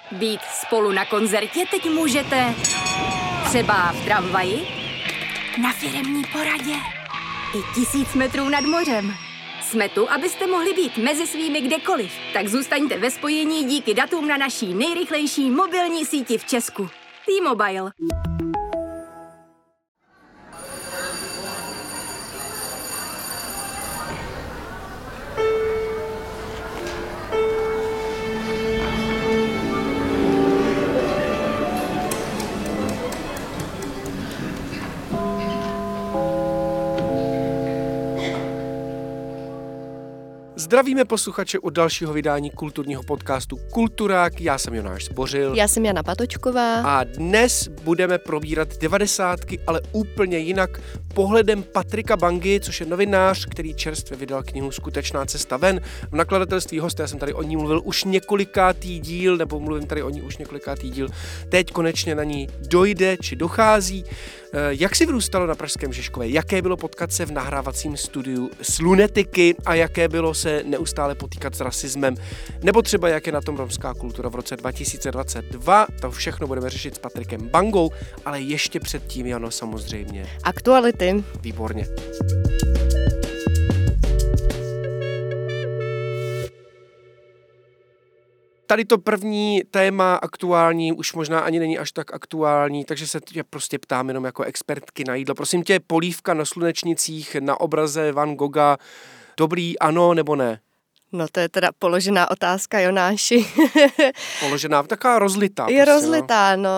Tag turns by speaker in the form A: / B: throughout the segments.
A: Být spolu na koncertě teď můžete třeba v tramvaji, na firemní poradě i 1000 metrů nad mořem. Jsme tu, abyste mohli být mezi svými kdekoliv. Tak zůstaňte ve spojení díky datům na naší nejrychlejší mobilní síti v Česku. T-Mobile.
B: Zdravíme posluchače u dalšího vydání kulturního podcastu Kulturák. Já jsem Jonáš Zbořil.
C: Já jsem Jana Patočková.
B: A dnes budeme probírat 90, ale úplně jinak pohledem Patrika Bangy, což je novinář, který čerstvě vydal knihu Skutečná cesta ven. V nakladatelství Host, já jsem tady o ní mluvil už několikátý díl, nebo mluvím tady o ní už několikátý díl. Teď konečně na ní dojde, či dochází. Jak si vyrůstalo na pražském Žižkově? Jaké bylo potkat se v nahrávacím studiu s lunetiky a jaké bylo se neustále potýkat s rasismem? Nebo třeba jak je na tom romská kultura v roce 2022? To všechno budeme řešit s Patrikem Bangou, ale ještě předtím, Jano, samozřejmě.
C: Aktuality.
B: Výborně. Tady to první téma aktuální už možná ani není až tak aktuální, takže se tě prostě ptám jenom jako expertky na jídlo. Prosím tě, polívka na slunečnicích na obraze Van Gogha, dobrý ano nebo ne?
C: No to je teda položená otázka, Jonáši.
B: Položená, taková rozlitá.
C: Je prostě, rozlitá, no.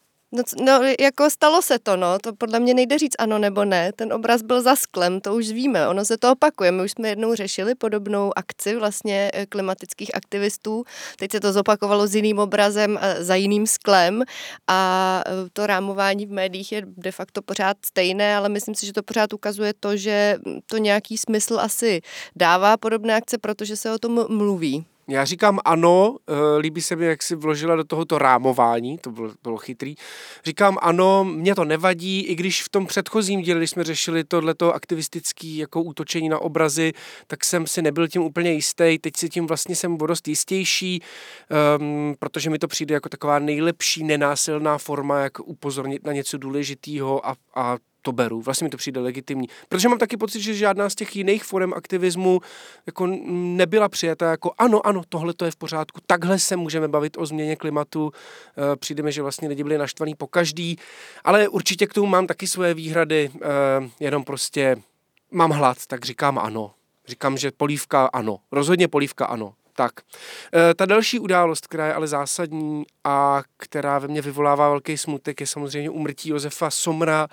C: No, jako stalo se to, no, to podle mě nejde říct ano nebo ne, ten obraz byl za sklem, to už víme, ono se to opakuje, my už jsme jednou řešili podobnou akci vlastně klimatických aktivistů, teď se to zopakovalo s jiným obrazem za jiným sklem a to rámování v médiích je de facto pořád stejné, ale myslím si, že to pořád ukazuje to, že to nějaký smysl asi dává podobné akce, protože se o tom mluví.
B: Já říkám ano, líbí se mi, jak si vložila do tohoto rámování, to bylo chytrý. Říkám ano, mě to nevadí, i když v tom předchozím díle, když jsme řešili tohleto aktivistické jako útočení na obrazy, tak jsem si nebyl tím úplně jistý, teď si tím vlastně jsem dost jistější, protože mi to přijde jako taková nejlepší nenásilná forma, jak upozornit na něco důležitého a to beru, vlastně mi to přijde legitimní. Protože mám taky pocit, že žádná z těch jiných forem aktivismu jako nebyla přijata jako ano, tohle to je v pořádku, takhle se můžeme bavit o změně klimatu, přijde mi, že vlastně lidi byli naštvaní po každý, ale určitě k tomu mám taky svoje výhrady, jenom prostě mám hlad, tak říkám ano. Říkám, že polívka ano, rozhodně polívka ano. Tak, ta další událost, která je ale zásadní a která ve mně vyvolává velký smutek, je samozřejmě úmrtí Josefa Somra,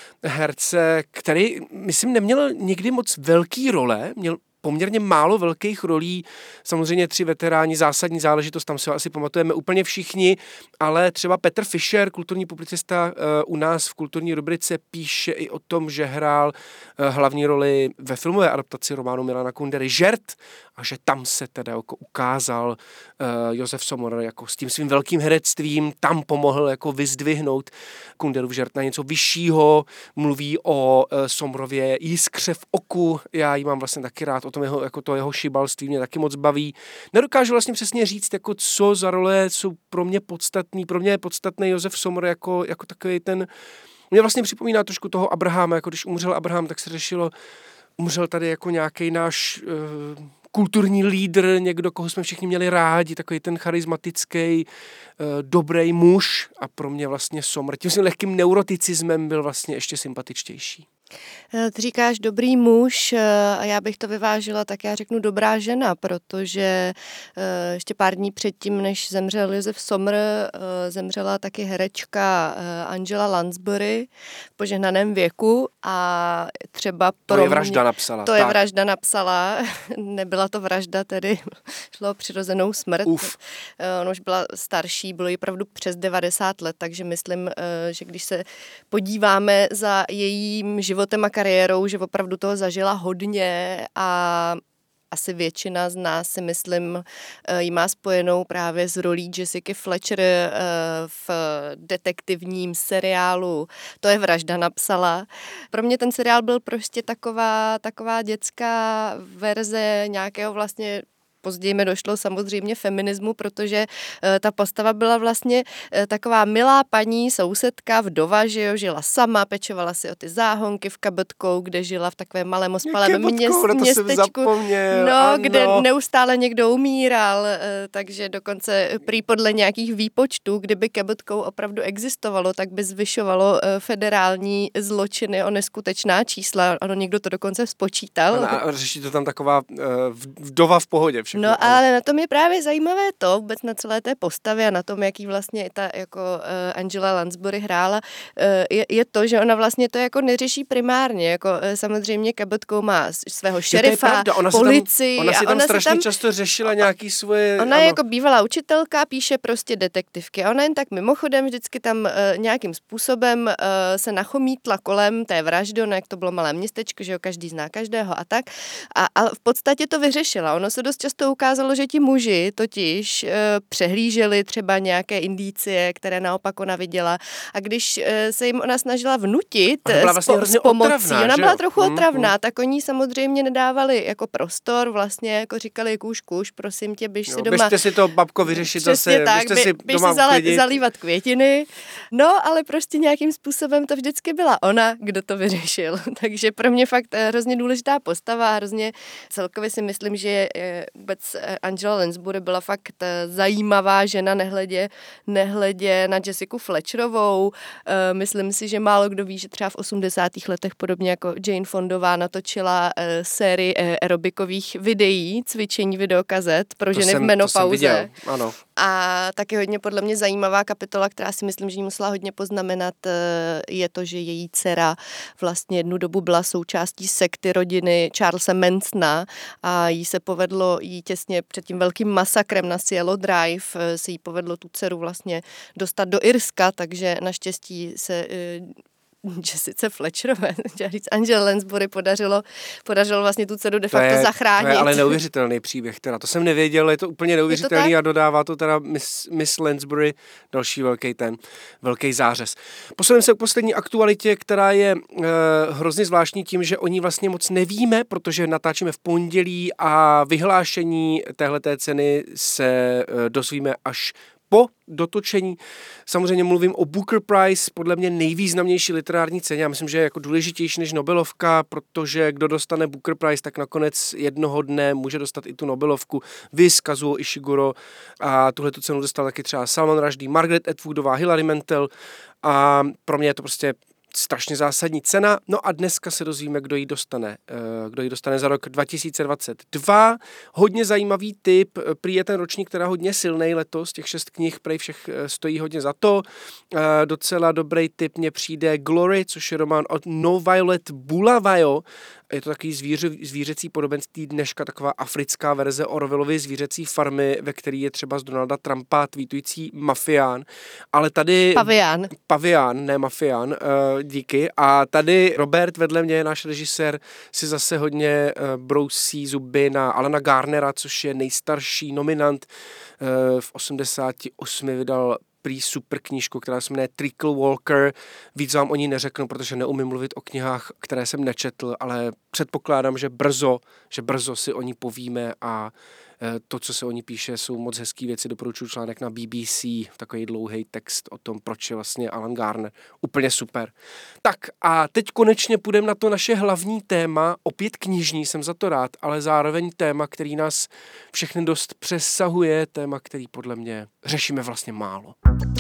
B: herce, který, myslím, neměl nikdy moc velký role, měl poměrně málo velkých rolí, samozřejmě 3 veteráni, zásadní záležitost, tam se asi pamatujeme úplně všichni, ale třeba Petr Fischer, kulturní publicista u nás v kulturní rubrice, píše i o tom, že hrál hlavní roli ve filmové adaptaci románu Milana Kundery Žert a že tam se teda jako ukázal Josef Sommer jako s tím svým velkým herectvím, tam pomohl jako vyzdvihnout Kunderův Žert na něco vyššího, mluví o Sommerově jiskře v oku, já ji mám vlastně taky rád, o tom jeho šibalství mě taky moc baví. Nedokážu vlastně přesně říct, jako co za role jsou pro mě podstatný. Pro mě je podstatný Josef Sommer jako takový ten. Mě vlastně připomíná trošku toho Abrahama, jako když umřel Abraham, tak se řešilo, umřel tady jako nějaký náš kulturní lídr, někdo, koho jsme všichni měli rádi, takový ten charismatický, dobrý muž a pro mě vlastně Sommer tím svým lehkým neuroticismem byl vlastně ještě sympatičtější.
C: Ty říkáš dobrý muž a já bych to vyvážila, tak já řeknu dobrá žena, protože ještě pár dní předtím, než zemřel Josef Sommer, zemřela taky herečka Angela Lansbury v požehnaném věku a třeba pro
B: To je vražda napsala.
C: To je vražda napsala, nebyla to vražda, tedy šlo o přirozenou smrt. Ona už byla starší, bylo jí opravdu přes 90 let, takže myslím, že když se podíváme za jejím životem a kariérou, že opravdu toho zažila hodně a asi většina z nás si myslím ji má spojenou právě s rolí Jessica Fletcher v detektivním seriálu To je vražda napsala. Pro mě ten seriál byl prostě taková dětská verze nějakého vlastně později mi došlo samozřejmě feminismu, protože ta postava byla vlastně taková milá paní, sousedka, vdova, že jo, žila sama, pečovala si o ty záhonky v Kabotkou, kde žila v takovém malém ospalém městečku, kde neustále někdo umíral, takže dokonce prý podle nějakých výpočtů, kdyby Kabotkou opravdu existovalo, tak by zvyšovalo federální zločiny o neskutečná čísla. Ano, někdo to dokonce spočítal.
B: A řeší to tam taková vdova v pohodě všechno.
C: No, ale na tom je právě zajímavé to, vůbec na celé té postavě a na tom, jaký vlastně ta jako Angela Lansbury hrála, je to, že ona vlastně to jako neřeší primárně, jako samozřejmě Kabotkou má svého šerifa, policii.
B: Ona si tam strašně často řešila nějaký svoje...
C: Ona je jako bývalá učitelka, píše prostě detektivky a ona jen tak mimochodem vždycky tam nějakým způsobem se nachomítla kolem té vraždy, jak to bylo malé městečko, že jo, každý zná každého a tak. A v podstatě to vyřešila. Ono se dost často ukázalo, že ti muži totiž přehlíželi třeba nějaké indicie, které naopak ona viděla. A když se jim ona snažila vnutit s pomocí, otravná, ona byla trochu otravná, tak oni samozřejmě nedávali jako prostor, vlastně jako říkali kůž, prosím tě, běž si doma.
B: Běžte si to, babko, vyřešit zase, běžte si doma
C: zalívat květiny. No, ale prostě nějakým způsobem to vždycky byla ona, kdo to vyřešil. Takže pro mě fakt hrozně důležitá postava, hrozně celkově si myslím, že vůbec Angela Lansbury byla fakt zajímavá žena, nehledě na Jessicu Fletcherovou. Myslím si, že málo kdo ví, že třeba v 80. letech podobně jako Jane Fondová natočila sérii aerobikových videí, cvičení videokazet pro ženy v menopauze.
B: Ano.
C: A taky hodně podle mě zajímavá kapitola, která si myslím, že jí musela hodně poznamenat, je to, že její dcera vlastně jednu dobu byla součástí sekty rodiny Charlesa Mansona a jí se povedlo, těsně před tím velkým masakrem na Cielo Drive, se jí povedlo tu dceru vlastně dostat do Irska, takže naštěstí se Jessice Fletcherové, Angela Lansbury podařilo vlastně tu dceru de facto zachránit.
B: To je ale neuvěřitelný příběh, teda to jsem nevěděl, je to úplně neuvěřitelný a dodává to teda Miss Lansbury další velký zářez. Posuneme se k poslední aktualitě, která je hrozně zvláštní tím, že o ní vlastně moc nevíme, protože natáčíme v pondělí a vyhlášení téhleté ceny se dozvíme až po dotočení. Samozřejmě mluvím o Booker Prize, podle mě nejvýznamnější literární ceně. Já myslím, že je jako důležitější než Nobelovka, protože kdo dostane Booker Prize, tak nakonec jednoho dne může dostat i tu Nobelovku. Viz Kazuo Ishiguro a tuhletu cenu dostal taky třeba Salman Rushdie, Margaret Atwoodová, Hilary Mantel a pro mě je to prostě strašně zásadní cena. No a dneska se dozvíme, kdo ji dostane za rok 2022. Hodně zajímavý tip, prý je ten ročník teda hodně silnej letos, těch 6 knih prej všech stojí hodně za to. Docela dobrý tip mně přijde Glory, což je román od No Violet Bulawayo. Je to takový zvířecí podobenství dneška, taková africká verze Orwellovy zvířecí farmy, ve který je třeba z Donalda Trumpa tweetující mafián. Ale tady... Pavián, ne mafián, díky. A tady Robert vedle mě, náš režisér, si zase hodně brousí zuby na Alana Garnera, což je nejstarší nominant. V 88 vydal prý super knížku, která se jmenuje Trickle Walker. Víc vám o ní neřeknu, protože neumím mluvit o knihách, které jsem nečetl, ale předpokládám, že brzo si o ní povíme a to, co se o ní píše, jsou moc hezký věci. Doporučuji článek na BBC, takový dlouhý text o tom, proč je vlastně Alan Garner. Úplně super. Tak a teď konečně půjdeme na to naše hlavní téma, opět knižní, jsem za to rád, ale zároveň téma, který nás všechny dost přesahuje, téma, který podle mě řešíme vlastně málo.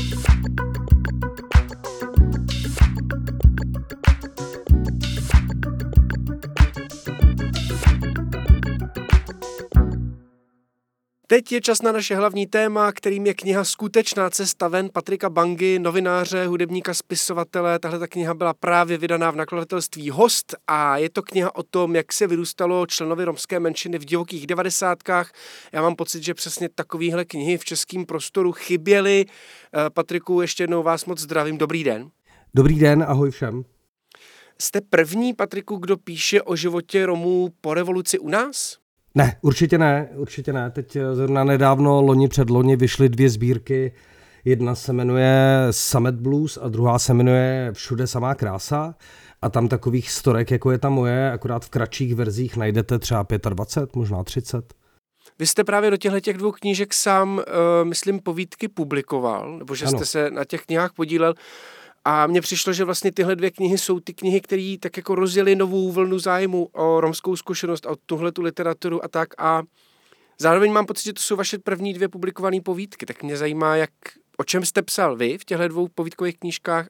B: Teď je čas na naše hlavní téma, kterým je kniha Skutečná cesta ven Patrika Bangy, novináře, hudebníka, spisovatele. Tahle ta kniha byla právě vydaná v nakladatelství Host a je to kniha o tom, jak se vyrůstalo členovi romské menšiny v divokých 90kách. Já mám pocit, že přesně takovéhle knihy v českém prostoru chyběly. Patriku, ještě jednou vás moc zdravím. Dobrý den.
D: Dobrý den, ahoj všem.
B: Jste první, Patriku, kdo píše o životě Romů po revoluci u nás?
D: Ne, určitě ne. Teď zrovna nedávno, loni předloni, vyšly 2 sbírky. Jedna se jmenuje Summit Blues a druhá se jmenuje Všude samá krása. A tam takových storek, jako je ta moje, akorát v kratších verzích najdete třeba 25, možná 30.
B: vy jste právě do těchto dvou knížek sám, myslím, povídky publikoval, nebo že jste se na těch knihách podílel. A mně přišlo, že vlastně tyhle dvě knihy jsou ty knihy, které tak jako rozjeli novou vlnu zájmu o romskou zkušenost, o tuhletu literaturu a tak. A zároveň mám pocit, že to jsou vaše první dvě publikované povídky. Tak mě zajímá, o čem jste psal vy v těchto dvou povídkových knížkách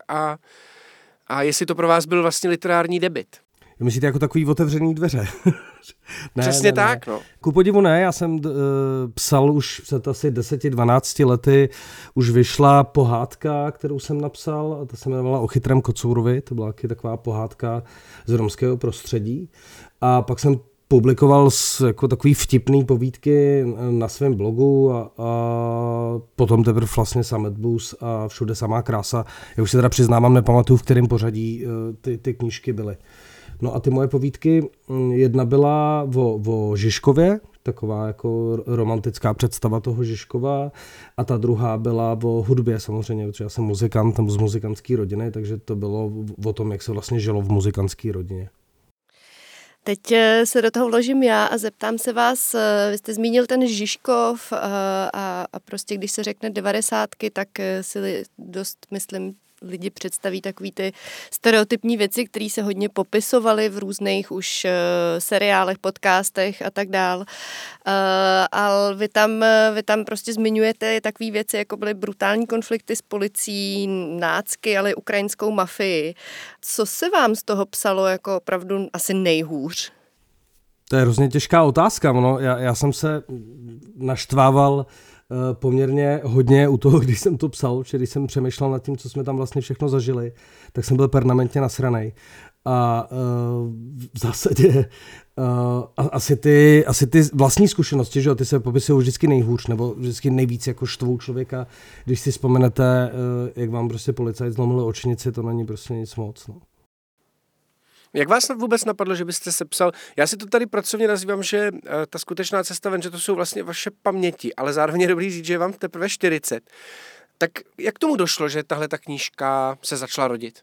B: a jestli to pro vás byl vlastně literární debut.
D: Myslíte jako takový otevřený dveře?
B: Přesně tak, no.
D: Ku podivu ne, já jsem psal už před asi 10-12 lety, už vyšla pohádka, kterou jsem napsal, a ta se jmenovala O chytrém kocourovi, to byla taková pohádka z romského prostředí. A pak jsem publikoval jako takový vtipný povídky na svém blogu a potom teprve vlastně Summit Blues a Všude samá krása. Já už se teda přiznávám, nepamatuju, v kterém pořadí ty knížky byly. No a ty moje povídky, jedna byla o Žižkově, taková jako romantická představa toho Žižkova, a ta druhá byla o hudbě samozřejmě, protože já jsem muzikant, tam z muzikantské rodiny, takže to bylo o tom, jak se vlastně žilo v muzikantské rodině.
C: Teď se do toho vložím já a zeptám se vás, vy jste zmínil ten Žižkov a prostě když se řekne 90, tak si dost, myslím, lidi představí takový ty stereotypní věci, které se hodně popisovaly v různých už seriálech, podcastech a tak dál. Ale vy tam prostě zmiňujete takové věci, jako byly brutální konflikty s policií, nácky, ale i ukrajinskou mafii. Co se vám z toho psalo jako opravdu asi nejhůř?
D: To je hrozně těžká otázka. No. Já jsem se naštvával poměrně hodně u toho, když jsem to psal, že když jsem přemýšlel nad tím, co jsme tam vlastně všechno zažili, tak jsem byl permanentně nasranej. A v zásadě asi ty vlastní zkušenosti, že ty se popisují vždycky nejhůř, nebo vždycky nejvíc jako štvou člověka. Když si vzpomenete, jak vám prostě policajt zlomil očnici, to není prostě nic moc. No.
B: Jak vás vůbec napadlo, že byste se psal? Já si to tady pracovně nazývám, že ta skutečná cesta ven, že to jsou vlastně vaše paměti, ale zároveň je dobrý říct, že je vám teprve 40. Tak jak tomu došlo, že tahle ta knížka se začala rodit?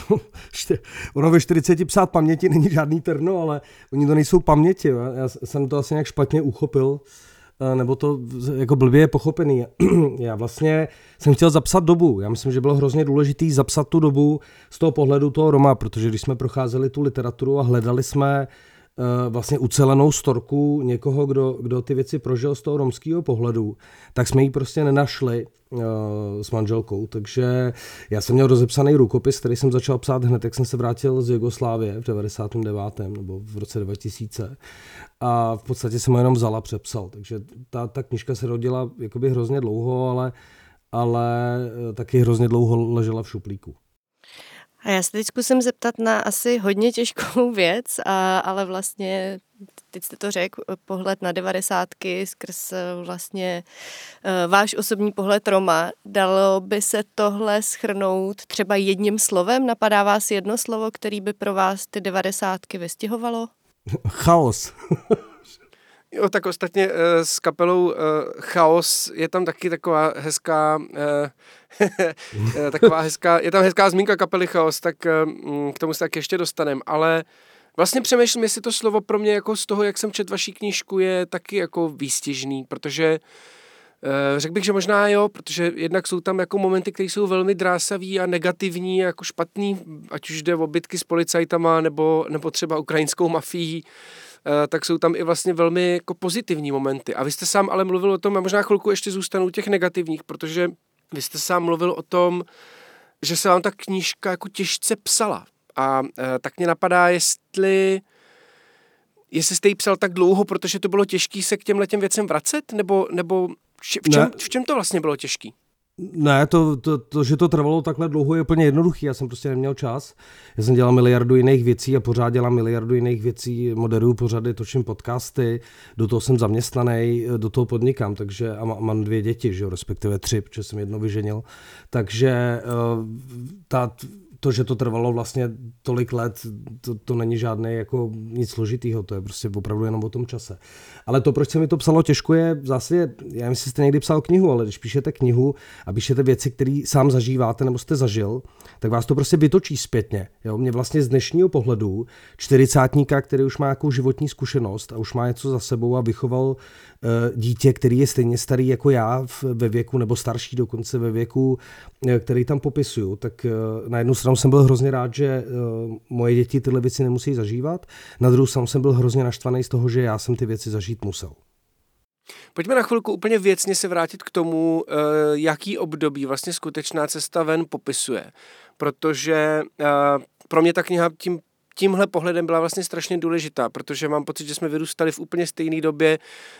D: Ono ve 40 psát paměti není žádný terno, ale oni to nejsou paměti. Já jsem to asi nějak špatně uchopil, nebo to jako blbě je pochopený. Já vlastně jsem chtěl zapsat dobu. Já myslím, že bylo hrozně důležitý zapsat tu dobu z toho pohledu toho Roma, protože když jsme procházeli tu literaturu a hledali jsme vlastně ucelenou storku někoho, kdo ty věci prožil z toho romského pohledu, tak jsme ji prostě nenašli s manželkou. Takže já jsem měl rozepsaný rukopis, který jsem začal psát hned, jak jsem se vrátil z Jugoslávie v 99. nebo v roce 2000. A v podstatě jsem ho jenom vzal a přepsal. Takže ta knížka se rodila jakoby hrozně dlouho, ale taky hrozně dlouho ležela v šuplíku.
C: A já se teď zkusím zeptat na asi hodně těžkou věc, ale vlastně, teď jste to řekl, pohled na 90 skrz vlastně váš osobní pohled Roma. Dalo by se tohle shrnout třeba jedním slovem? Napadá vás jedno slovo, který by pro vás ty 90 vystihovalo?
D: Chaos.
B: Jo, tak ostatně s kapelou Chaos je tam taky taková hezká, je tam hezká zmínka kapely Chaos, tak k tomu se tak ještě dostaneme, ale vlastně přemýšlím, jestli to slovo pro mě jako z toho, jak jsem četl vaší knížku, je taky jako výstižný, protože řekl bych, že možná jo, protože jednak jsou tam jako momenty, které jsou velmi drásavý a negativní, jako špatný, ať už jde o bitky s policajtama nebo třeba ukrajinskou mafií, tak jsou tam i vlastně velmi jako pozitivní momenty. A vy jste sám ale mluvil o tom, a možná chvilku ještě zůstanu u těch negativních, protože vy jste sám mluvil o tom, že se vám ta knížka jako těžce psala. A tak mě napadá, jestli jste ji psal tak dlouho, protože to bylo těžké se k těmhletěm věcem vracet, nebo v čem to vlastně bylo těžký?
D: Ne, to, že to trvalo takhle dlouho, je úplně jednoduchý. Já jsem prostě neměl čas. Já jsem dělal miliardu jiných věcí a pořád dělám miliardu jiných věcí. Moderuju pořady, točím podcasty, do toho jsem zaměstnaný, do toho podnikám, takže a mám 2 děti, že jo, respektive 3, protože jsem jedno vyženil. Takže to, že to trvalo vlastně tolik let, to není žádné jako nic složitýho, to je prostě opravdu jenom o tom čase. Ale to, proč se mi to psalo těžko, je v zásadě, já myslím, že jste někdy psal knihu, ale když píšete knihu a píšete věci, které sám zažíváte nebo jste zažil, tak vás to prostě vytočí zpětně. Jo? Mě vlastně z dnešního pohledu 40-tníka, který už má nějakou životní zkušenost a už má něco za sebou a vychoval dítě, který je stejně starý jako já ve věku, nebo starší dokonce ve věku, který tam popisuju, tak na jednu stranu jsem byl hrozně rád, že moje děti tyhle věci nemusí zažívat, na druhou stranu jsem byl hrozně naštvaný z toho, že já jsem ty věci zažít musel.
B: Pojďme na chvilku úplně věcně se vrátit k tomu, jaký období vlastně Skutečná cesta ven popisuje. Protože pro mě ta kniha tímhle pohledem byla vlastně strašně důležitá, protože mám pocit, že jsme vyrůstali v úplně stejné době,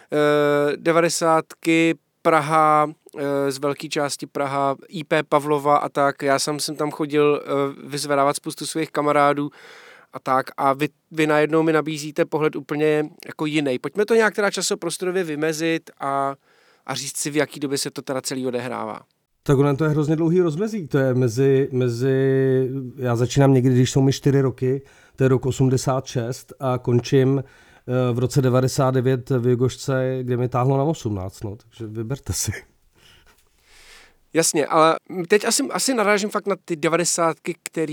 B: 90ky, Praha, z velké části Praha, IP Pavlova a tak. Já jsem tam chodil vyzvedávat spoustu svých kamarádů a tak. A vy najednou mi nabízíte pohled úplně jako jiný. Pojďme to nějak teda časoprostorově vymezit a říct si, v jaký době se to teda celý odehrává.
D: Tak ono to je hrozně dlouhý rozmezí. To je mezi já začínám někdy, když jsou mi 4 roky, to je rok 86 a končím v roce 99 v Jugošce, kde mi táhlo na 18, no, takže vyberte si.
B: Jasně, ale teď asi narážím fakt na ty 90ky,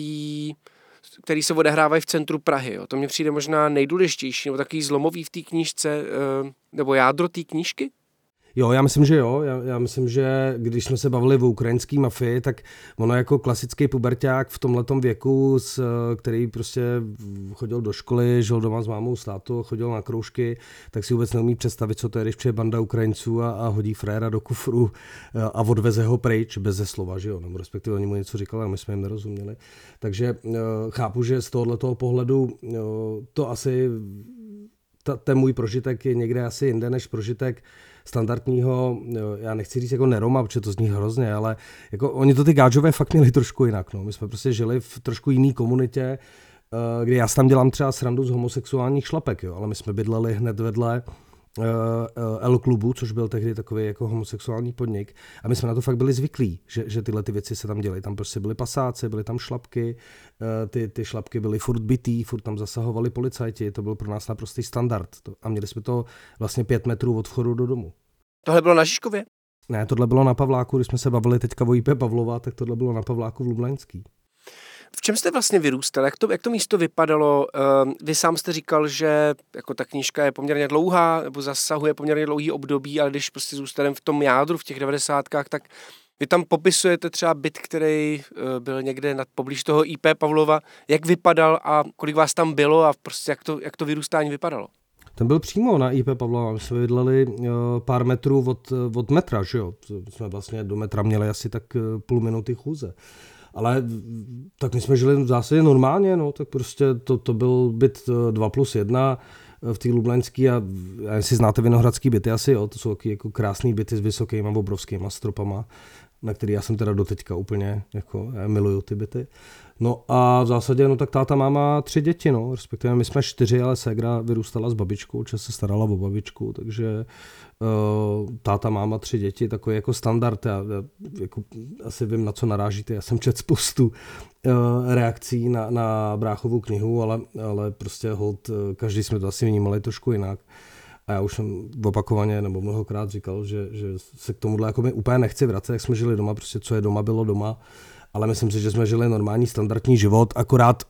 B: který se odehrávají v centru Prahy. Jo. To mně přijde možná nejdůležitější, nebo takový zlomový v té knížce, nebo jádro té knížky.
D: Jo, já myslím, že jo. Já myslím, že když jsme se bavili o ukrajinské mafii, tak ono jako klasický puberťák v tomhletom věku, který prostě chodil do školy, žil doma s mámou, s tátou, chodil na kroužky, tak si vůbec neumí představit, co to je, když přijde banda Ukrajinců a hodí fréra do kufru a odveze ho pryč, beze slova, že jo, nebo respektive oni mu něco říkali a my jsme jim nerozuměli. Takže chápu, že z tohoto pohledu to asi, ten můj prožitek je někde asi jinde než prožitek standardního, já nechci říct jako neroma, protože to zní hrozně, ale jako oni to ty gáčové fakt měli trošku jinak. No. My jsme prostě žili v trošku jiný komunitě, kde já tam dělám třeba srandu z homosexuálních šlapek, jo, ale my jsme bydleli hned vedle L klubu, což byl tehdy takový jako homosexuální podnik a my jsme na to fakt byli zvyklí, že tyhle ty věci se tam dělají. Tam prostě byly pasáci, byly tam šlapky, ty šlapky byly furt bitý, furt tam zasahovali policajti, to byl pro nás naprostý standard a měli jsme to vlastně 5 metrů od vchodu do domu.
B: Tohle bylo na Žižkově?
D: Ne, tohle bylo na Pavláku, když jsme se bavili teďka o IP Pavlova, tak tohle bylo na Pavláku v Lublaňský.
B: V čem jste vlastně vyrůstal? Jak to místo vypadalo? Vy sám jste říkal, že jako ta knížka je poměrně dlouhá, nebo zasahuje poměrně dlouhý období, ale když prostě zůstaneme v tom jádru, v těch 90kách, tak vy tam popisujete třeba byt, který byl někde poblíž toho IP Pavlova. Jak vypadal a kolik vás tam bylo a prostě jak to vyrůstání vypadalo?
D: Ten byl přímo na IP Pavlova, my jsme bydleli pár metrů od metra, že jo? Jsme vlastně do metra měli asi tak půl minuty chůze. Ale tak my jsme žili v zásadě normálně, no, tak prostě to byl byt 2+1 v té Lublaňské a jestli znáte vinohradský byty asi, jo, to jsou taky jako krásný byty s vysokýma, obrovskýma stropama, na který já jsem teda doteďka úplně, jako já miluju ty byty. No a v zásadě, no tak táta máma 3 děti, no, respektive my jsme 4, ale ségra vyrůstala s babičkou, čas se starala o babičku, takže táta máma 3 děti, takový jako standard, já jako asi vím, na co narážíte, já jsem četl spoustu reakcí na bráchovu knihu, ale prostě hold, každý jsme to asi vnímali trošku jinak. A já už jsem opakovaně nebo mnohokrát říkal, že se k tomuhle jako my úplně nechci vracet, jak jsme žili doma, prostě co je doma, bylo doma. Ale myslím si, že jsme žili normální standardní život, akorát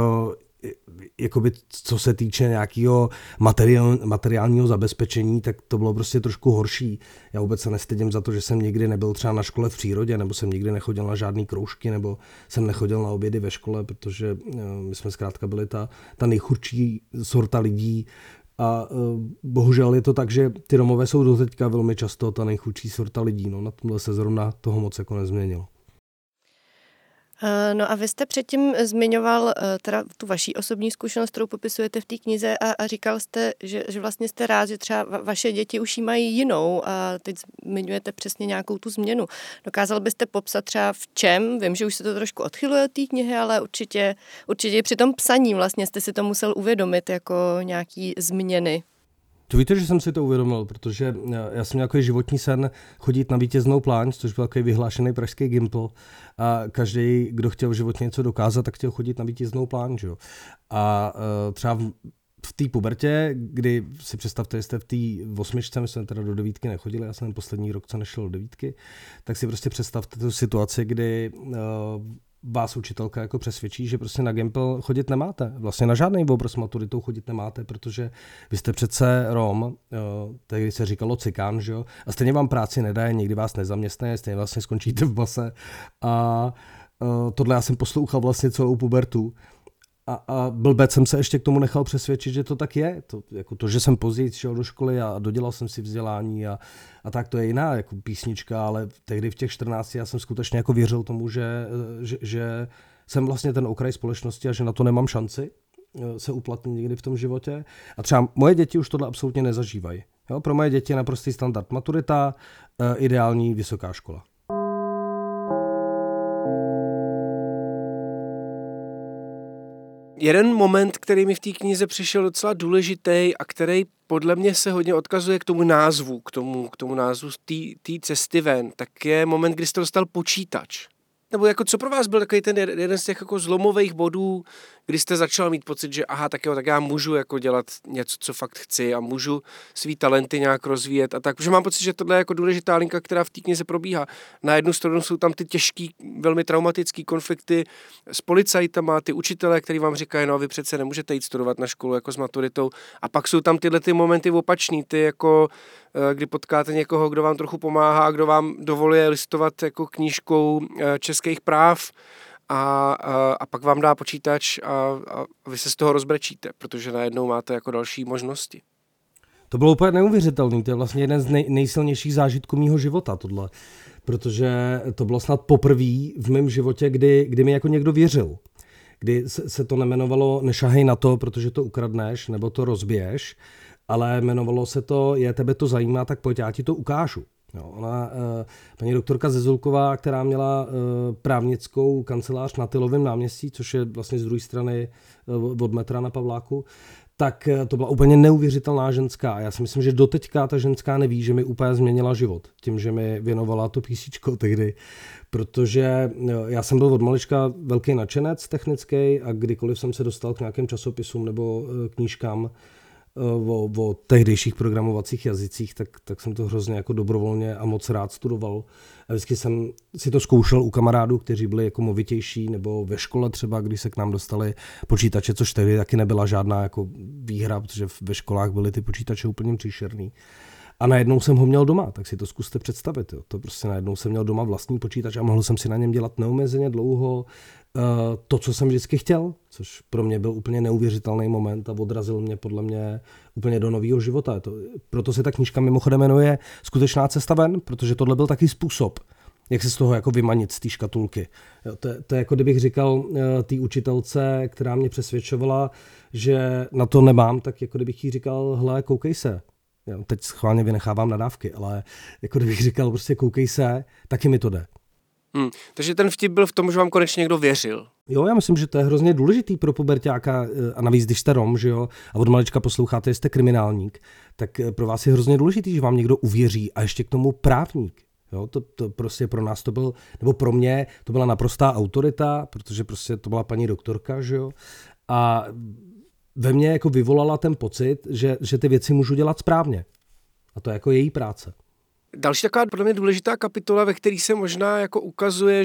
D: jakoby, co se týče nějakého materiálního zabezpečení, tak to bylo prostě trošku horší. Já vůbec se nestydím za to, že jsem nikdy nebyl třeba na škole v přírodě, nebo jsem nikdy nechodil na žádný kroužky, nebo jsem nechodil na obědy ve škole, protože my jsme zkrátka byli ta nejchudší sorta lidí. A bohužel je to tak, že ty Romové jsou doteďka velmi často ta nejchudší sorta lidí. No, na tomhle se zrovna toho moc jako nezměnilo.
C: No a vy jste předtím zmiňoval teda tu vaší osobní zkušenost, kterou popisujete v té knize a říkal jste, že vlastně jste rád, že třeba vaše děti už ji mají jinou a teď zmiňujete přesně nějakou tu změnu. Dokázal byste popsat třeba v čem? Vím, že už se to trošku odchyluje od té knihy, ale určitě i při tom psaní vlastně jste si to musel uvědomit jako nějaký změny.
D: To víte, že jsem si to uvědomil, protože já jsem měl takový životní sen chodit na Vítěznou pláň, což byl takový vyhlášený pražský gimpl. A každý, kdo chtěl v životě něco dokázat, tak chtěl chodit na Vítěznou pláň. Že jo? A třeba v té pubertě, kdy si představte, jste v té 8, my jsme teda do 9 nechodili, já jsem poslední rok, co nešel do 9, tak si prostě představte tu situaci, kdy vás učitelka jako přesvědčí, že prostě na Gimpl chodit nemáte. Vlastně na žádný obor s maturitou chodit nemáte, protože vy jste přece Rom, tehdy se říkalo cikán, že jo? A stejně vám práci nedaje, nikdy vás nezaměstnaje, stejně vlastně skončíte v base. A tohle já jsem poslouchal vlastně celou pubertu. A blbec jsem se ještě k tomu nechal přesvědčit, že to tak je. To, že jsem později šel do školy a dodělal jsem si vzdělání a tak to je jiná jako písnička, ale tehdy v těch 14 já jsem skutečně jako věřil tomu, že jsem vlastně ten okraj společnosti a že na to nemám šanci se uplatnit někdy v tom životě. A třeba moje děti už tohle absolutně nezažívají. Jo? Pro moje děti je naprostý standard maturita, ideální vysoká škola.
B: Jeden moment, který mi v té knize přišel docela důležitý a který podle mě se hodně odkazuje k tomu názvu, k tomu názvu té cesty ven, tak je moment, kdy jste dostal počítač. Nebo jako co pro vás byl takový ten jeden z těch jako zlomových bodů, kdy jste začal mít pocit, že aha, tak jo, tak já můžu jako dělat něco, co fakt chci a můžu svý talenty nějak rozvíjet a tak, protože mám pocit, že tohle je jako důležitá linka, která v té knize probíhá. Na jednu stranu jsou tam ty těžký, velmi traumatický konflikty s policajtama, ty učitelé, kteří vám říkají, no vy přece nemůžete jít studovat na školu jako s maturitou, a pak jsou tam tyhle ty momenty opačný, ty jako kdy potkáte někoho, kdo vám trochu pomáhá, kdo vám dovoluje listovat jako knížkou českých práv a pak vám dá počítač a vy se z toho rozbrečíte, protože najednou máte jako další možnosti.
D: To bylo úplně neuvěřitelné, to je vlastně jeden z nejsilnějších zážitků mýho života tohle, protože to bylo snad poprvé v mém životě, kdy mi jako někdo věřil. Kdy se to nemenovalo nešahej na to, protože to ukradneš nebo to rozbiješ, ale jmenovalo se to, tebe to zajímá, tak pojď, já ti to ukážu. Jo, paní doktorka Zezulková, která měla právnickou kancelář na Tylovém náměstí, což je vlastně z druhé strany od metra na Pavláku, tak to byla úplně neuvěřitelná ženská. A já si myslím, že doteďka ta ženská neví, že mi úplně změnila život tím, že mi věnovala to písíčko tehdy. Protože já jsem byl od malička velký nadšenec technický a kdykoliv jsem se dostal k nějakým časopisům nebo knížkám o tehdejších programovacích jazycích, tak jsem to hrozně jako dobrovolně a moc rád studoval. A vždycky jsem si to zkoušel u kamarádů, kteří byli jako movitější, nebo ve škole třeba, když se k nám dostali počítače, což tehdy taky nebyla žádná jako výhra, protože ve školách byly ty počítače úplně příšerný. A najednou jsem ho měl doma, tak si to zkuste představit. Jo. To prostě najednou jsem měl doma vlastní počítač a mohl jsem si na něm dělat neomezeně dlouho to, co jsem vždycky chtěl, což pro mě byl úplně neuvěřitelný moment a odrazil mě podle mě úplně do nového života. Proto se ta knížka mimochodem jmenuje Skutečná cesta ven, protože tohle byl taky způsob, jak se z toho jako vymanit z té škatulky. Jo, to je jako kdybych říkal té učitelce, která mě přesvědčovala, že na to nemám, tak jako kdybych jí říkal, hele, koukej se. Jo, teď schválně vynechávám nadávky, ale jako kdybych říkal, prostě koukej se, taky mi to jde.
B: Takže ten vtip byl v tom, že vám konečně někdo věřil.
D: Jo, já myslím, že to je hrozně důležitý pro puberťáka a navíc, když jste Rom, že jo, a od malička posloucháte, jste kriminálník, tak pro vás je hrozně důležitý, že vám někdo uvěří a ještě k tomu právník. Jo, to prostě pro nás to byl, nebo pro mě to byla naprostá autorita, protože prostě to byla paní doktorka, že jo, a ve mně jako vyvolala ten pocit, že ty věci můžu dělat správně. A to je jako její práce.
B: Další taková podle mě důležitá kapitola, ve které se možná jako ukazuje,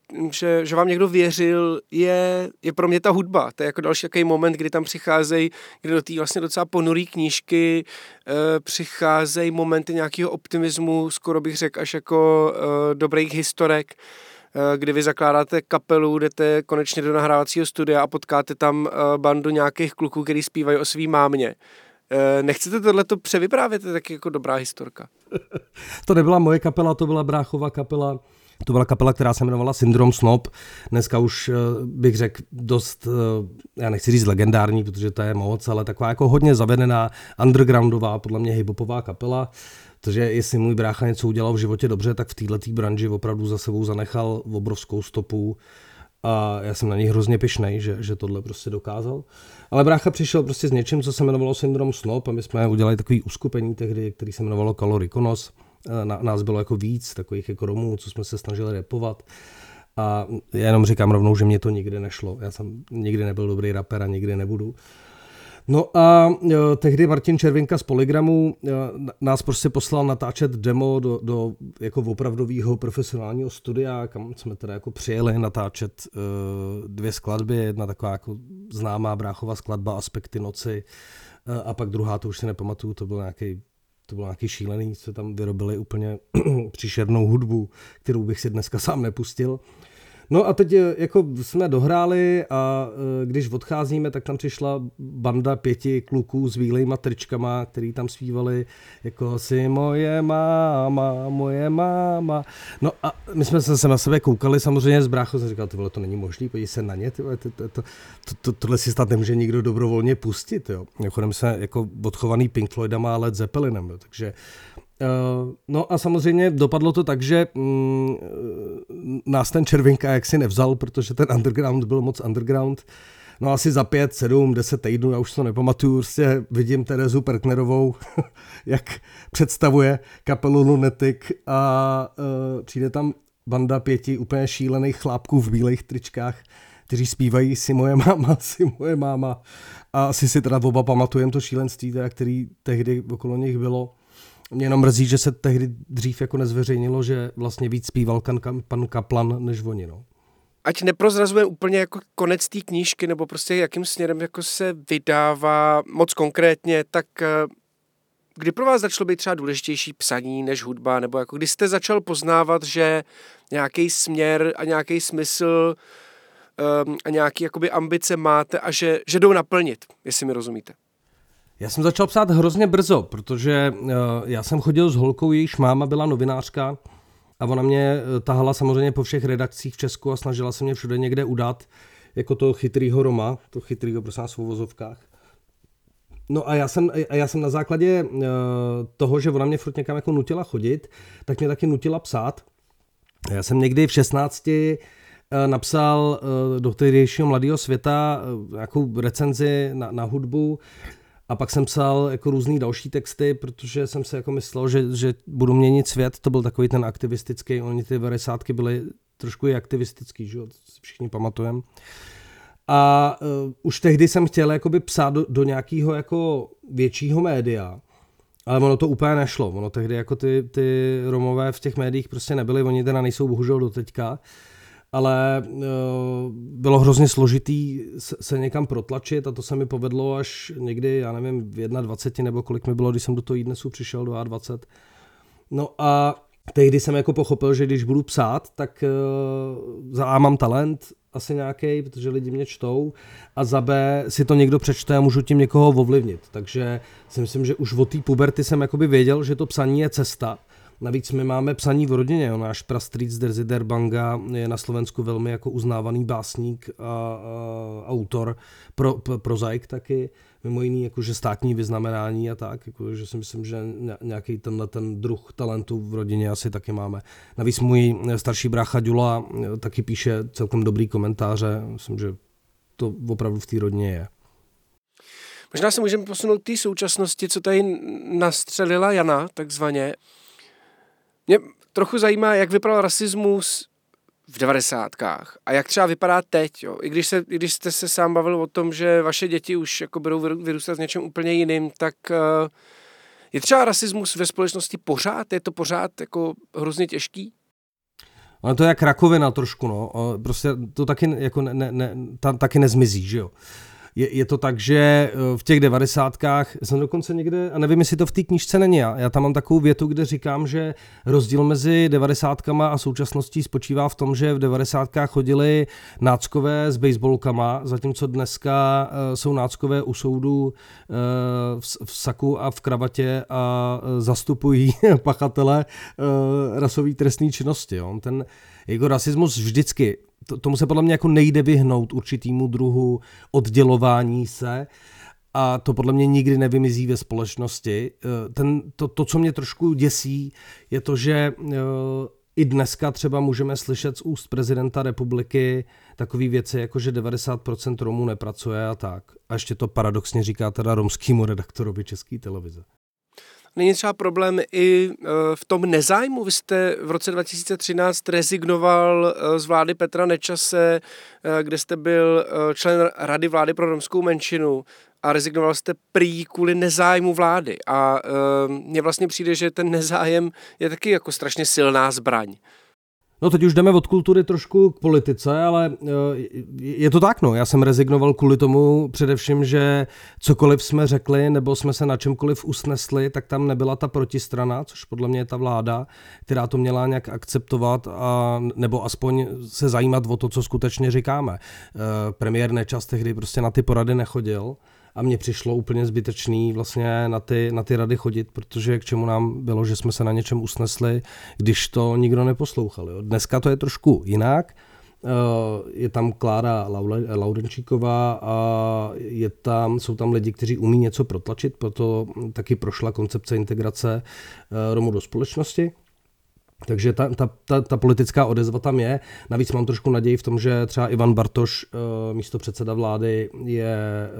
B: že vám někdo věřil, je pro mě ta hudba. To je jako další takový moment, kdy tam přicházejí, kdy do té vlastně docela ponurý knížky přicházejí momenty nějakého optimismu, skoro bych řekl až jako dobrých historek, kdy vy zakládáte kapelu, jdete konečně do nahrávacího studia a potkáte tam bandu nějakých kluků, který zpívají o svý mámě. Nechcete tohleto převyprávět? To je taky jako dobrá historka.
D: To nebyla moje kapela, to byla bráchova kapela. To byla kapela, která se jmenovala Syndrom Snob. Dneska už bych řekl dost, já nechci říct legendární, protože to je moc, ale taková jako hodně zavedená, undergroundová, podle mě hiphopová kapela. Takže jestli můj brácha něco udělal v životě dobře, tak v této branži opravdu za sebou zanechal obrovskou stopu. A já jsem na něj hrozně pyšnej, že tohle prostě dokázal. Ale brácha přišel prostě s něčím, co se jmenovalo syndrom SNOP a my jsme udělali takový uskupení tehdy, který se jmenovalo Kalorikonos. Nás bylo jako víc, takových jako Romů, co jsme se snažili rapovat. A já jenom říkám rovnou, že mě to nikdy nešlo. Já jsem nikdy nebyl dobrý rapper a nikdy nebudu. No a tehdy Martin Červinka z Polygramu nás prostě poslal natáčet demo do jako opravdového profesionálního studia, kam jsme teda jako přijeli natáčet 2 skladby, jedna taková jako známá bráchova skladba Aspekty noci a pak druhá, to už si nepamatuju, to byl nějaký šílený, co tam vyrobili úplně příšernou hudbu, kterou bych si dneska sám nepustil. No a teď jako jsme dohráli a když odcházíme, tak tam přišla banda 5 kluků s bílejma tričkama, který tam zpívali jako si moje máma. No a my jsme se na sebe koukali samozřejmě z bráchou, jsem říkal, tyhle, to není možný, podívej se na ně, tohle si snad nemůže nikdo dobrovolně pustit, jo. Chodem se jako odchovaný Pink Floydama a Led Zeppelinem, jo. Takže no a samozřejmě dopadlo to tak, že nás ten Červinka jaksi nevzal, protože ten underground byl moc underground. No asi za 5, 7, 10 týdnů, já už to nepamatuju, prostě vidím Terezu Perknerovou, jak představuje kapelu Lunatic a přijde tam banda 5 úplně šílených chlápků v bílejch tričkách, kteří zpívají si moje máma. A asi si teda oba pamatujeme to šílenství, který tehdy okolo nich bylo. Mě jenom mrzí, že se tehdy dřív jako nezveřejnilo, že vlastně víc zpíval pan Kaplan než oni, no.
B: Ať neprozrazujeme úplně jako konec té knížky, nebo prostě jakým směrem jako se vydává moc konkrétně, tak kdy pro vás začalo být třeba důležitější psaní než hudba, nebo jako kdy jste začal poznávat, že nějaký směr a nějaký smysl a nějaký jakoby ambice máte a že jdou naplnit, jestli mi rozumíte.
D: Já jsem začal psát hrozně brzo, protože já jsem chodil s holkou, jejíž máma byla novinářka a ona mě tahala samozřejmě po všech redakcích v Česku a snažila se mě všude někde udat, jako toho chytrýho Roma, to chytrýho prosím v uvozovkách. No a já jsem na základě toho, že ona mě furt někam jako nutila chodit, tak mě taky nutila psát. Já jsem někdy v 16 napsal do tehdejšího Mladého světa nějakou recenzi na hudbu. A pak jsem psal jako různý další texty, protože jsem si jako myslel, že budu měnit svět. To byl takový ten aktivistický, oni ty 90 byly trošku i aktivistický, že jo, to si všichni pamatujeme. A už tehdy jsem chtěl jakoby psát do nějakého jako většího média, ale ono to úplně nešlo. Ono tehdy jako ty Romové v těch médiích prostě nebyli, oni teda nejsou bohužel do teďka. Ale bylo hrozně složitý se někam protlačit a to se mi povedlo až někdy, já nevím, v 21 nebo kolik mi bylo, když jsem do toho iDnesu přišel, do A20. No a tehdy jsem jako pochopil, že když budu psát, tak za A mám talent asi nějaký, protože lidi mě čtou a za B si to někdo přečte a můžu tím někoho ovlivnit. Takže si myslím, že už od té puberty jsem jakoby věděl, že to psaní je cesta. Navíc my máme psaní v rodině, náš prastrýc Derzider Banga je na Slovensku velmi jako uznávaný básník a autor, prozaik taky, mimo jiný jakože státní vyznamenání a tak, jakože si myslím, že nějaký ten druh talentu v rodině asi taky máme. Navíc můj starší brácha Ďula taky píše celkem dobrý komentáře, myslím, že to opravdu v té rodině je.
B: Možná se můžeme posunout k té současnosti, co tady nastřelila Jana, takzvaně. Mě trochu zajímá, jak vypadal rasismus v 90kách a jak třeba vypadá teď. Jo? I když jste se sám bavil o tom, že vaše děti už jako budou vyrůstat s něčím úplně jiným, tak je třeba rasismus ve společnosti pořád? Je to pořád jako hrozně těžký?
D: Ale to je jak rakovina trošku, no. Prostě to taky, jako taky nezmizí, že jo. Je to tak, že v těch 90kách jsem dokonce někde, a nevím, jestli to v té knížce není, já tam mám takovou větu, kde říkám, že rozdíl mezi 90kama a současností spočívá v tom, že v 90kách chodili náckové s baseballkama, zatímco dneska jsou náckové u soudu v saku a v kravatě a zastupují pachatele rasové trestné činnosti. Jo. Ten jako rasismus vždycky, tomu se podle mě jako nejde vyhnout určitýmu druhu oddělování se a to podle mě nikdy nevymizí ve společnosti. To, co mě trošku děsí, je to, že i dneska třeba můžeme slyšet z úst prezidenta republiky takové věci, jako že 90% Romů nepracuje a tak. A ještě to paradoxně říká teda romskýmu redaktorovi České televize.
B: Není třeba problém i v tom nezájmu? Vy jste v roce 2013 rezignoval z vlády Petra Nečase, kde jste byl člen Rady vlády pro romskou menšinu a rezignoval jste prý kvůli nezájmu vlády. A mně vlastně přijde, že ten nezájem je taky jako strašně silná zbraň.
D: No teď už jdeme od kultury trošku k politice, ale je to tak, no. Já jsem rezignoval kvůli tomu především, že cokoliv jsme řekli nebo jsme se na čemkoliv usnesli, tak tam nebyla ta protistrana, což podle mě je ta vláda, která to měla nějak akceptovat a nebo aspoň se zajímat o to, co skutečně říkáme. Premiér Nečas tehdy prostě na ty porady nechodil. A mně přišlo úplně zbytečný vlastně na ty rady chodit, protože k čemu nám bylo, že jsme se na něčem usnesli, když to nikdo neposlouchal. Jo. Dneska to je trošku jinak. Je tam Klára Laurenčíková a jsou tam lidi, kteří umí něco protlačit, proto taky prošla koncepce integrace Romů do společnosti. Takže ta politická odezva tam je. Navíc mám trošku naději v tom, že třeba Ivan Bartoš, místopředseda vlády, je,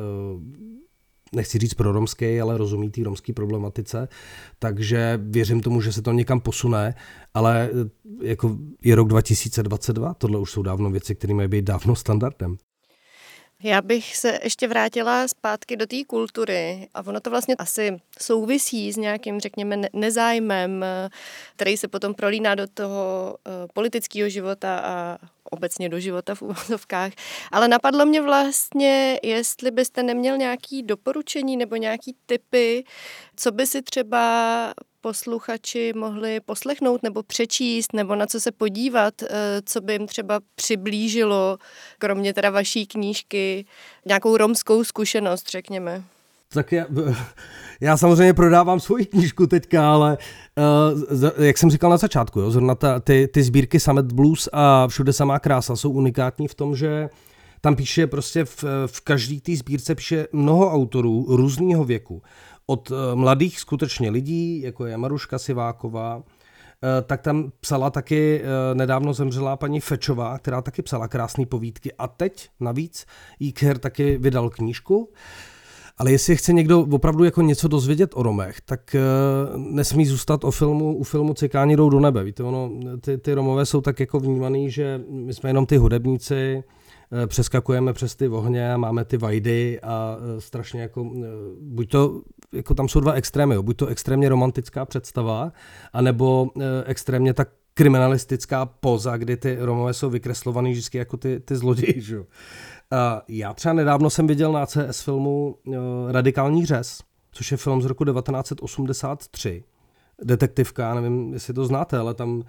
D: nechci říct proromský, ale rozumí té romské problematice. Takže věřím tomu, že se to někam posune, ale jako je rok 2022, tohle už jsou dávno věci, které mají být dávno standardem.
C: Já bych se ještě vrátila zpátky do té kultury a ono to vlastně asi souvisí s nějakým, řekněme, nezájmem, který se potom prolíná do toho politického života a obecně do života v uvozovkách. Ale napadlo mě vlastně, jestli byste neměl nějaké doporučení nebo nějaké tipy, co by si třeba posluchači mohli poslechnout nebo přečíst, nebo na co se podívat, co by jim třeba přiblížilo, kromě teda vaší knížky, nějakou romskou zkušenost, řekněme.
D: Tak já samozřejmě prodávám svoji knížku teďka, ale jak jsem říkal na začátku, jo, zrovna ty sbírky Summit Blues a Všude samá krása jsou unikátní v tom, že tam píše prostě v každé té sbírce píše mnoho autorů různého věku. Od mladých skutečně lidí, jako je Maruška Siváková, tak tam psala taky, nedávno zemřela paní Fečová, která taky psala krásné povídky a teď navíc Jíker taky vydal knížku. Ale jestli chce někdo opravdu jako něco dozvědět o Romech, tak nesmí zůstat u filmu Cikáni jdou do nebe. Víte, ty Romové jsou tak jako vnímaný, že my jsme jenom ty hudebníci, přeskakujeme přes ty ohně, máme ty vajdy a strašně jako, buď to, jako tam jsou dva extrémy, jo, buď to extrémně romantická představa, anebo extrémně tak kriminalistická póza, kdy ty Romové jsou vykreslovaný vždycky jako ty zloději, že jo. Já třeba nedávno jsem viděl na CS filmu Radikální řez, což je film z roku 1983. Detektivka, nevím, jestli to znáte, ale tam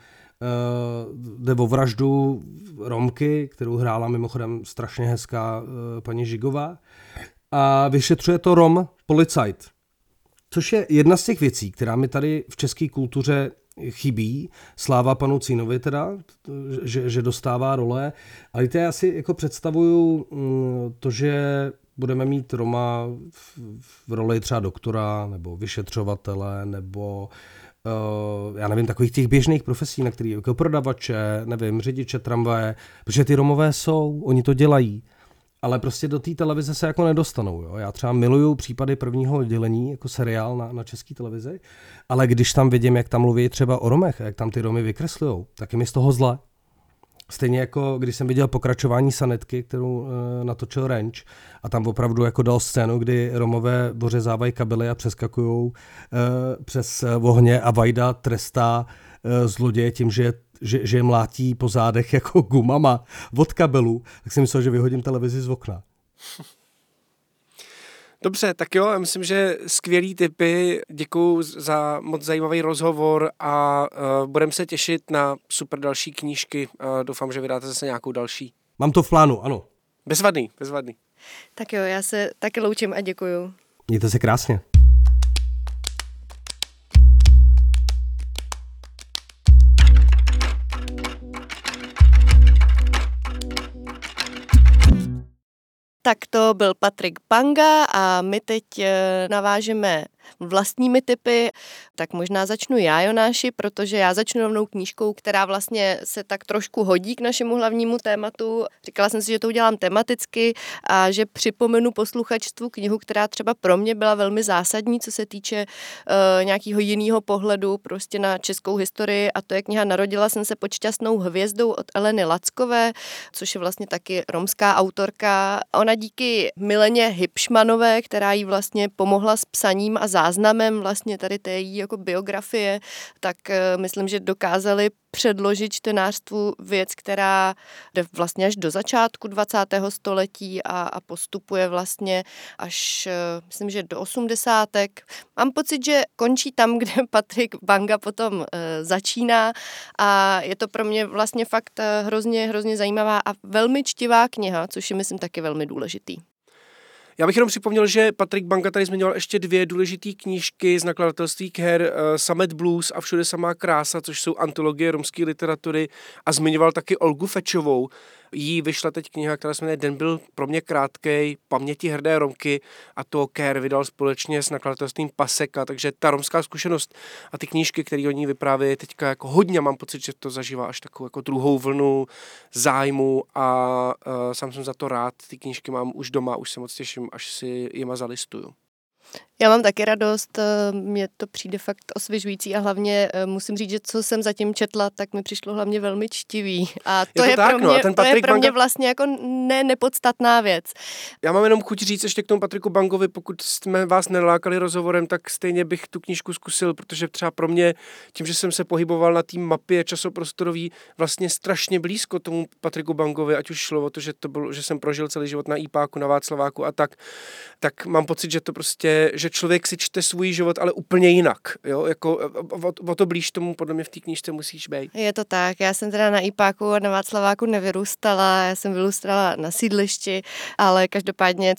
D: jde o vraždu Romky, kterou hrála mimochodem strašně hezká paní Žigová. A vyšetřuje to Rom policajt. Což je jedna z těch věcí, která mi tady v české kultuře chybí. Sláva panu Cínovi teda, že dostává role. Ale já si jako představuju to, že budeme mít Roma v roli třeba doktora, nebo vyšetřovatele, nebo já nevím, takových těch běžných profesí, na který jako prodavače, nevím, řidiče tramvaje, protože ty Romové jsou, oni to dělají. Ale prostě do té televize se jako nedostanou. Jo? Já třeba miluju případy prvního oddělení, jako seriál na české televizi, ale když tam vidím, jak tam mluví třeba o Romech, jak tam ty Romy vykreslujou, tak je mi z toho zle. Stejně jako když jsem viděl pokračování Sanetky, kterou natočil Renč, a tam opravdu jako dal scénu, kdy Romové ořezávají kabely a přeskakujou přes ohně a Vajda trestá zloděje tím, že je mlátí po zádech jako gumama od kabelů, tak jsem myslel, že vyhodím televizi z okna.
B: Dobře, tak jo, já myslím, že skvělý tipy, děkuju za moc zajímavý rozhovor a budeme se těšit na super další knížky. Doufám, že vydáte zase nějakou další.
D: Mám to v plánu, ano.
B: Bezvadný.
C: Tak jo, já se taky loučím a děkuju.
D: Mějte se krásně.
C: Tak to byl Patrik Panga a my teď navážeme vlastními tipy. Tak možná začnu já, Jonáši, protože já začnu rovnou knížkou, která vlastně se tak trošku hodí k našemu hlavnímu tématu. Říkala jsem si, že to udělám tematicky a že připomenu posluchačstvu knihu, která třeba pro mě byla velmi zásadní, co se týče nějakého jiného pohledu prostě na českou historii, a to je kniha Narodila jsem se pod šťastnou hvězdou od Eleny Lackové, což je vlastně taky romská autorka. Ona díky Mileně Hipšmanové, která jí vlastně pomohla s psaním a záznamem vlastně tady té její jako biografie, tak myslím, že dokázali předložit čtenářstvu věc, která jde vlastně až do začátku 20. století a postupuje vlastně až, myslím, že do 80. Mám pocit, že končí tam, kde Patrik Banga potom začíná, a je to pro mě vlastně fakt hrozně zajímavá a velmi čtivá kniha, což je, myslím, taky velmi důležitý.
B: Já bych jenom připomněl, že Patrik Banga tady zmiňoval ještě 2 důležité knížky z nakladatelství Kher, Summit Blues a Všude samá krása, což jsou antologie romské literatury, a zmiňoval taky Olgu Fečovou. Jí vyšla teď kniha, která se jmenuje Den byl pro mě krátkej, Paměti hrdé Romky, a to Kher vydal společně s nakladatelstvím Paseka, takže ta romská zkušenost a ty knížky, které o ní vyprávějí teďka jako hodně, mám pocit, že to zažívá až takovou jako druhou vlnu zájmu, a sám jsem za to rád. Ty knížky mám už doma, už se moc těším, až si jima zalistuju.
C: Já mám taky radost, mně to přijde fakt osvěžující a hlavně musím říct, že co jsem zatím četla, tak mi přišlo hlavně velmi čtivý. A to je pro mě vlastně jako nepodstatná věc.
B: Já mám jenom chuť říct ještě k tomu Patriku Bangovi, pokud jsme vás nelákali rozhovorem, tak stejně bych tu knížku zkusil, protože třeba pro mě, tím, že jsem se pohyboval na té mapě časoprostorový, vlastně strašně blízko tomu Patriku Bangovi, ať už šlo o to, že jsem prožil celý život na IPáku, na Václaváku a tak mám pocit, že to prostě, že člověk si čte svůj život, ale úplně jinak. Jo? Jako, o to blíž tomu podle mě v té knížce musíš být.
C: Je to tak. Já jsem teda na IPáku a na Václaváku nevyrůstala. Já jsem vyrůstala na sídlišti, ale každopádně,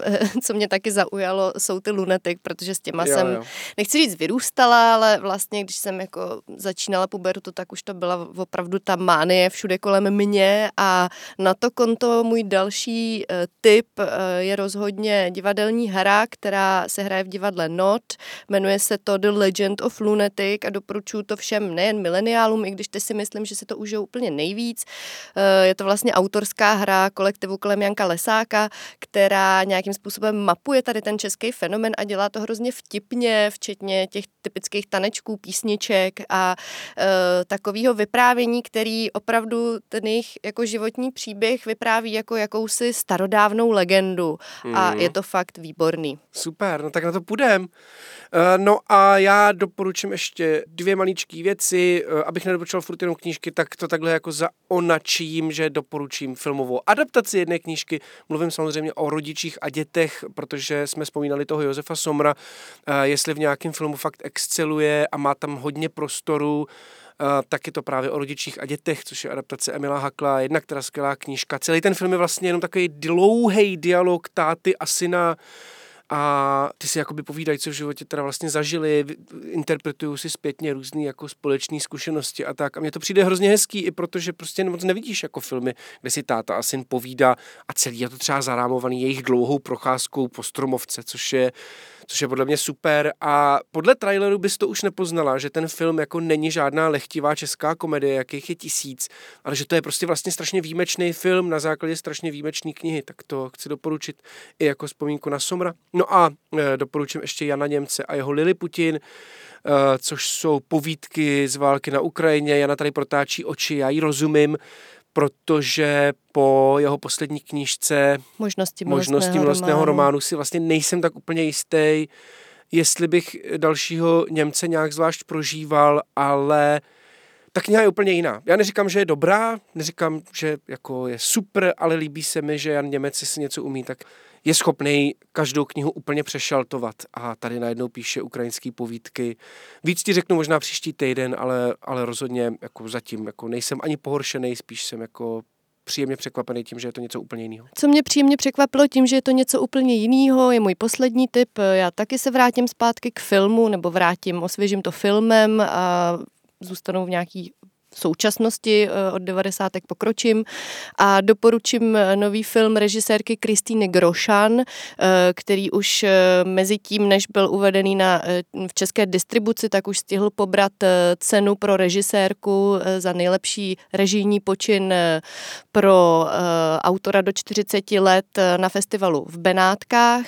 C: co mě taky zaujalo, jsou ty lunetik, protože s těma jsem, nechci říct vyrůstala, ale vlastně, když jsem jako začínala pubertu, tak už to byla opravdu ta mánie všude kolem mě, a na to konto můj další tip je rozhodně divadelní hra, která se hraje v divadle Not. Jmenuje se to The Legend of Lunatic a doporučuji to všem, nejen mileniálům, i když teď si myslím, že si to užijou úplně nejvíc. Je to vlastně autorská hra kolektivu kolem Janka Lesáka, která nějakým způsobem mapuje tady ten český fenomén a dělá to hrozně vtipně, včetně těch typických tanečků, písniček a takového vyprávění, který opravdu ten jejich jako životní příběh vypráví jako jakousi starodávnou legendu a je to fakt výborný.
B: Super, no tak na to půjdem. No a já doporučím ještě 2 maličké věci, abych nedoporučoval furt jenom knížky, tak to takhle jako zaonačím, že doporučím filmovou adaptaci jedné knížky. Mluvím samozřejmě o rodičích a dětech, protože jsme vzpomínali toho Josefa Somra, jestli v nějakém filmu fakt exceluje a má tam hodně prostoru, tak je to právě o rodičích a dětech, což je adaptace Emila Hakla, jednak teda skvělá knížka. Celý ten film je vlastně jenom takový dlouhý dialog táty a syna, a ty si jakoby povídají, co v životě teda vlastně zažili, interpretují si zpětně různý jako společné zkušenosti a tak. A mně to přijde hrozně hezký, i protože prostě moc nevidíš jako filmy, kde si táta a syn povídá a celý je to třeba zarámovaný jejich dlouhou procházkou po Stromovce, což je podle mě super, a podle traileru bys to už nepoznala, že ten film jako není žádná lehtivá česká komedie, jakých je 1000, ale že to je prostě vlastně strašně výjimečný film na základě strašně výjimečné knihy, tak to chci doporučit i jako vzpomínku na Somra. No a doporučím ještě Jana Němce a jeho Liliputin, což jsou povídky z války na Ukrajině. Jana tady protáčí oči, já jí rozumím, protože po jeho poslední knížce Možnosti milostného románu si vlastně nejsem tak úplně jistý, jestli bych dalšího Němce nějak zvlášť prožíval, ale ta kniha je úplně jiná. Já neříkám, že je dobrá, neříkám, že jako je super, ale líbí se mi, že Jan Němec, si něco umí, tak je schopný každou knihu úplně přešaltovat, a tady najednou píše ukrajinský povídky. Víc ti řeknu možná příští týden, ale rozhodně jako zatím jako nejsem ani pohoršený, spíš jsem jako příjemně překvapený tím, že je to něco úplně jiného.
C: Co mě příjemně překvapilo tím, že je to něco úplně jiného, je můj poslední tip. Já taky se vrátím zpátky k filmu, nebo osvěžím to filmem a zůstanou v nějaký současnosti, od 90. pokročím a doporučím nový film režisérky Kristýny Grošan, který už mezi tím, než byl uvedený v české distribuci, tak už stihl pobrat cenu pro režisérku za nejlepší režijní počin pro autora do 40 let na festivalu v Benátkách.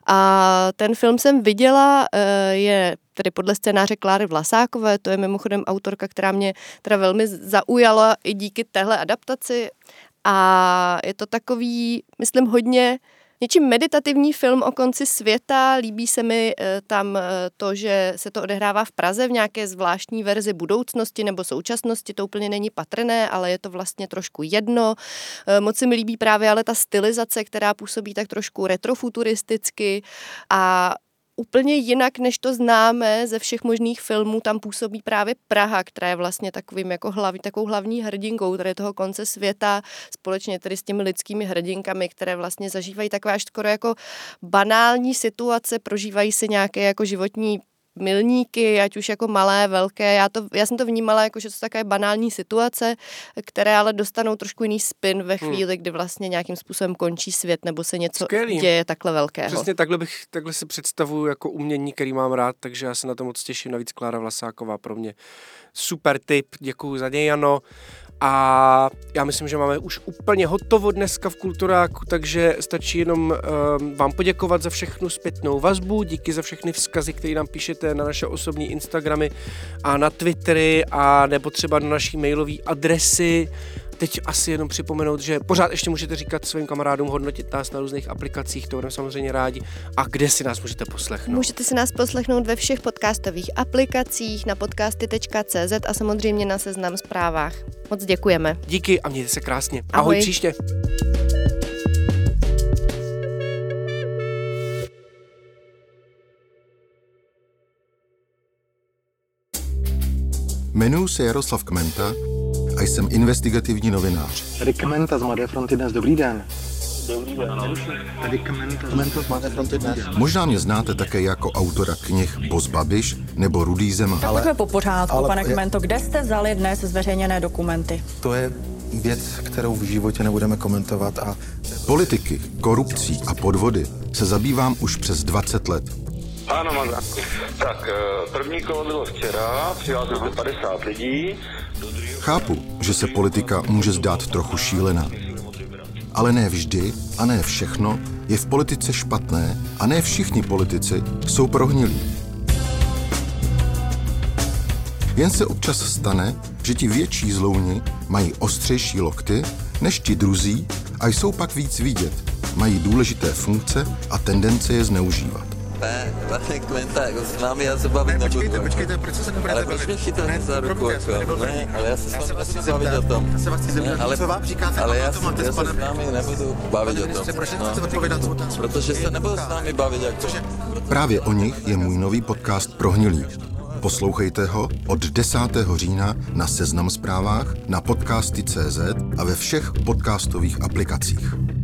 C: A ten film jsem viděla, je tedy podle scénáře Kláry Vlasákové, to je mimochodem autorka, která mě teda velmi zaujala i díky téhle adaptaci. A je to takový, myslím, hodně něčím meditativní film o konci světa. Líbí se mi tam to, že se to odehrává v Praze v nějaké zvláštní verzi budoucnosti nebo současnosti. To úplně není patrné, ale je to vlastně trošku jedno. Moc se mi líbí právě ale ta stylizace, která působí tak trošku retrofuturisticky a úplně jinak, než to známe ze všech možných filmů, tam působí právě Praha, která je vlastně takovým jako takovou hlavní hrdinkou tady toho konce světa, společně tedy s těmi lidskými hrdinkami, které vlastně zažívají takové až skoro jako banální situace, prožívají si nějaké jako životní milníky, ať už jako malé, velké. Já jsem to vnímala jako, že to jsou takové banální situace, které ale dostanou trošku jiný spin ve chvíli, kdy vlastně nějakým způsobem končí svět nebo se něco děje takhle velkého.
B: Přesně takhle si představuju jako umění, který mám rád, takže já se na to moc těším. Navíc Klára Vlasáková pro mě super tip, děkuju za něj, Jano. A já myslím, že máme už úplně hotovo dneska v Kulturáku, takže stačí jenom vám poděkovat za všechnu zpětnou vazbu, díky za všechny vzkazy, které nám píšete na naše osobní Instagramy a na Twittery a nebo třeba na naší mailové adresy. Teď asi jenom připomenout, že pořád ještě můžete říkat svým kamarádům, hodnotit nás na různých aplikacích, to budeme samozřejmě rádi. A kde si nás můžete poslechnout?
C: Můžete si nás poslechnout ve všech podcastových aplikacích, na podcasty.cz a samozřejmě na Seznam Zprávách. Moc děkujeme.
B: Díky a mějte se krásně. Ahoj příště.
E: Jmenuji se Jaroslav Kmenta a jsem investigativní novinář.
F: Tady Kmenta z Mladé fronty dnes, dobrý den.
E: Dobrý den. Tady Kmenta z Mladé fronty dnes. Možná mě znáte také jako autora knih Boss Babiš nebo Rudý Zeman.
G: Tak pojďme po pořádku, pane Kmento, kde jste vzali dnes zveřejněné dokumenty?
F: To je věc, kterou v životě nebudeme komentovat a...
E: Politiky, korupcí a podvody se zabývám už přes 20 let.
H: Ano, Mazánku. Tak, první kolo bylo včera, přihlásilo se 50 lidí.
E: Chápu, že se politika může zdát trochu šílená. Ale ne vždy a ne všechno je v politice špatné a ne všichni politici jsou prohnilí. Jen se občas stane, že ti větší zlouni mají ostřejší lokty než ti druzí a jsou pak víc vidět, mají důležité funkce a tendence je zneužívat.
I: Pane Kmenta, jako s vámi já se bavit nebudu.
F: Počkejte, proč se nebudete
I: bavit? Ale proč mě chytáte za ruku? Ne, ale já se s vámi nechci bavit o tom.
F: Já se vás chci zeptat, co vám říkáte?
I: Ale já se s vámi nebudu bavit o tom.
F: Proč nechcete odpovědat?
I: Protože se nebudu s vámi bavit jako.
E: Právě o nich je můj nový podcast Prohnilí. Poslouchejte ho od 10. října na Seznam Zprávách, na podcasty.cz a ve všech podcastových aplikacích.